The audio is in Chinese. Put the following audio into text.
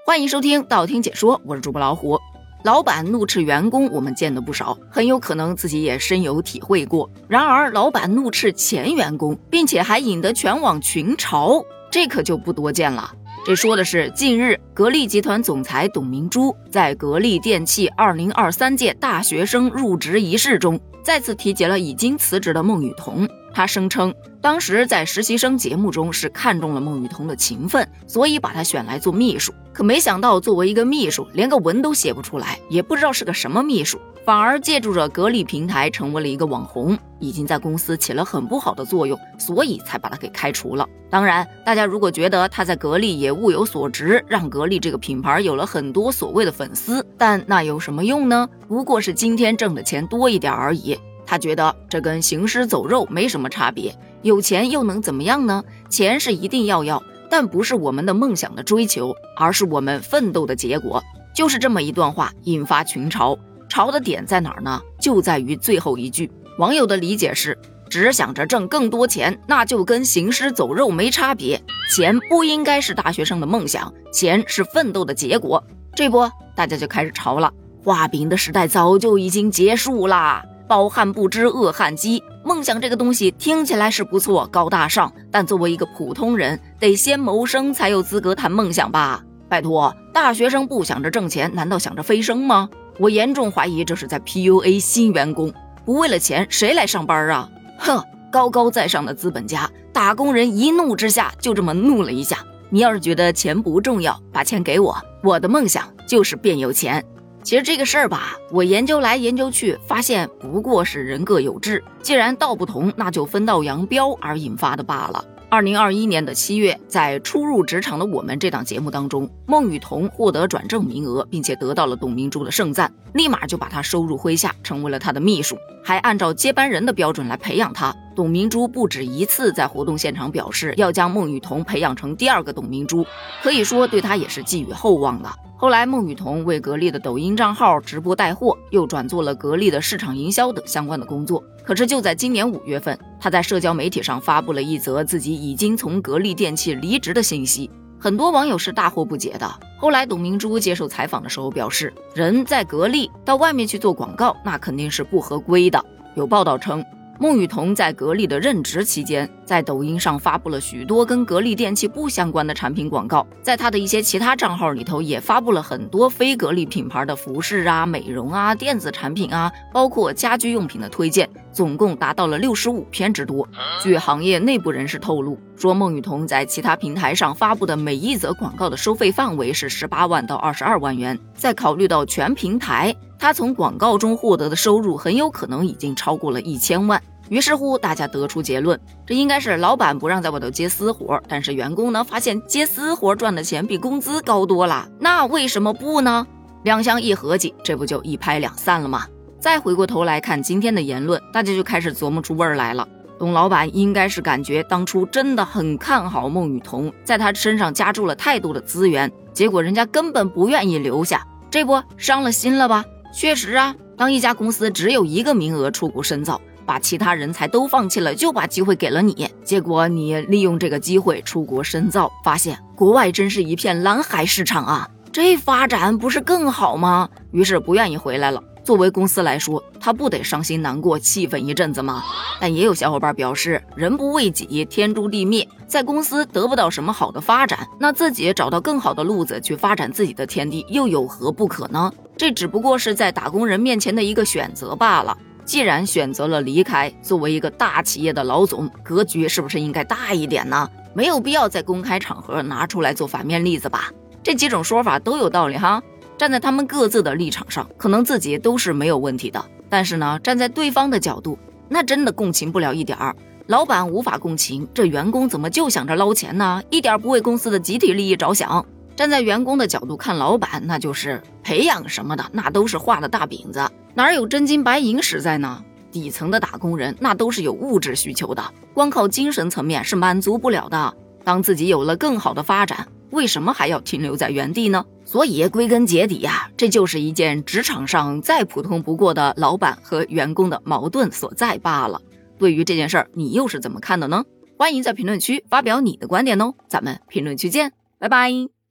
欢迎收听道听解说，我是主播老虎。老板怒斥员工，我们见得不少，很有可能自己也深有体会过。然而老板怒斥前员工，并且还引得全网群嘲，这可就不多见了。这说的是近日格力集团总裁董明珠在格力电器2023届大学生入职仪式中再次提及了已经辞职的孟雨桐。他声称当时在实习生节目中是看中了孟雨桐的勤奋，所以把他选来做秘书。可没想到作为一个秘书，连个文都写不出来，也不知道是个什么秘书，反而借助着格力平台成为了一个网红，已经在公司起了很不好的作用，所以才把他给开除了。当然大家如果觉得他在格力也物有所值，让格力这个品牌有了很多所谓的粉丝，但那有什么用呢？不过是今天挣的钱多一点而已。他觉得这跟行尸走肉没什么差别，有钱又能怎么样呢？钱是一定要，但不是我们的梦想的追求，而是我们奋斗的结果。就是这么一段话引发群嘲，嘲的点在哪儿呢？就在于最后一句。网友的理解是，只想着挣更多钱，那就跟行尸走肉没差别。钱不应该是大学生的梦想，钱是奋斗的结果。这波大家就开始嘲了，画饼的时代早就已经结束啦，饱汉不知饿汉饥。梦想这个东西听起来是不错，高大上，但作为一个普通人，得先谋生才有资格谈梦想吧。拜托，大学生不想着挣钱，难道想着飞升吗？我严重怀疑这是在 PUA 新员工。不为了钱，谁来上班啊？哼，高高在上的资本家，打工人一怒之下就这么怒了一下。你要是觉得钱不重要，把钱给我，我的梦想就是变有钱。其实这个事儿吧，我研究来研究去，发现不过是人各有志，既然道不同，那就分道扬镳而引发的罢了。2021年的7月，在初入职场的我们这档节目当中，孟雨桐获得转正名额，并且得到了董明珠的盛赞，立马就把他收入麾下，成为了他的秘书，还按照接班人的标准来培养他。董明珠不止一次在活动现场表示要将孟雨桐培养成第二个董明珠，可以说对他也是寄予厚望的。后来孟雨桐为格力的抖音账号直播带货，又转做了格力的市场营销等相关的工作。可是就在今年5月份，他在社交媒体上发布了一则自己已经从格力电器离职的信息，很多网友是大惑不解的。后来董明珠接受采访的时候表示，人在格力到外面去做广告，那肯定是不合规的。有报道称，孟雨桐在格力的任职期间，在抖音上发布了许多跟格力电器不相关的产品广告，在他的一些其他账号里头也发布了很多非格力品牌的服饰啊、美容啊、电子产品啊，包括家居用品的推荐，总共达到了65篇之多。据行业内部人士透露，说孟雨桐在其他平台上发布的每一则广告的收费范围是18万到22万元，再考虑到全平台，他从广告中获得的收入很有可能已经超过了1000万。于是乎大家得出结论，这应该是老板不让在外头接私活，但是员工呢发现接私活赚的钱比工资高多了，那为什么不呢？两相一合计，这不就一拍两散了吗？再回过头来看今天的言论，大家就开始琢磨出味儿来了。董老板应该是感觉当初真的很看好孟雨桐，在他身上加注了太多的资源，结果人家根本不愿意留下，这不伤了心了吧？确实啊，当一家公司只有一个名额出国深造，把其他人才都放弃了，就把机会给了你，结果你利用这个机会出国深造，发现国外真是一片蓝海市场啊，这发展不是更好吗？于是不愿意回来了。作为公司来说，他不得伤心难过气愤一阵子吗？但也有小伙伴表示，人不为己天诛地灭，在公司得不到什么好的发展，那自己找到更好的路子去发展自己的天地又有何不可呢？这只不过是在打工人面前的一个选择罢了。既然选择了离开，作为一个大企业的老总，格局是不是应该大一点呢？没有必要在公开场合拿出来做反面例子吧。这几种说法都有道理哈，站在他们各自的立场上，可能自己都是没有问题的，但是呢，站在对方的角度，那真的共情不了一点儿。老板无法共情，这员工怎么就想着捞钱呢？一点不为公司的集体利益着想。站在员工的角度看老板，那就是培养什么的，那都是画的大饼子，哪有真金白银实在呢？底层的打工人那都是有物质需求的，光靠精神层面是满足不了的。当自己有了更好的发展，为什么还要停留在原地呢？所以归根结底呀，这就是一件职场上再普通不过的老板和员工的矛盾所在罢了。对于这件事儿，你又是怎么看的呢？欢迎在评论区发表你的观点哦，咱们评论区见，拜拜。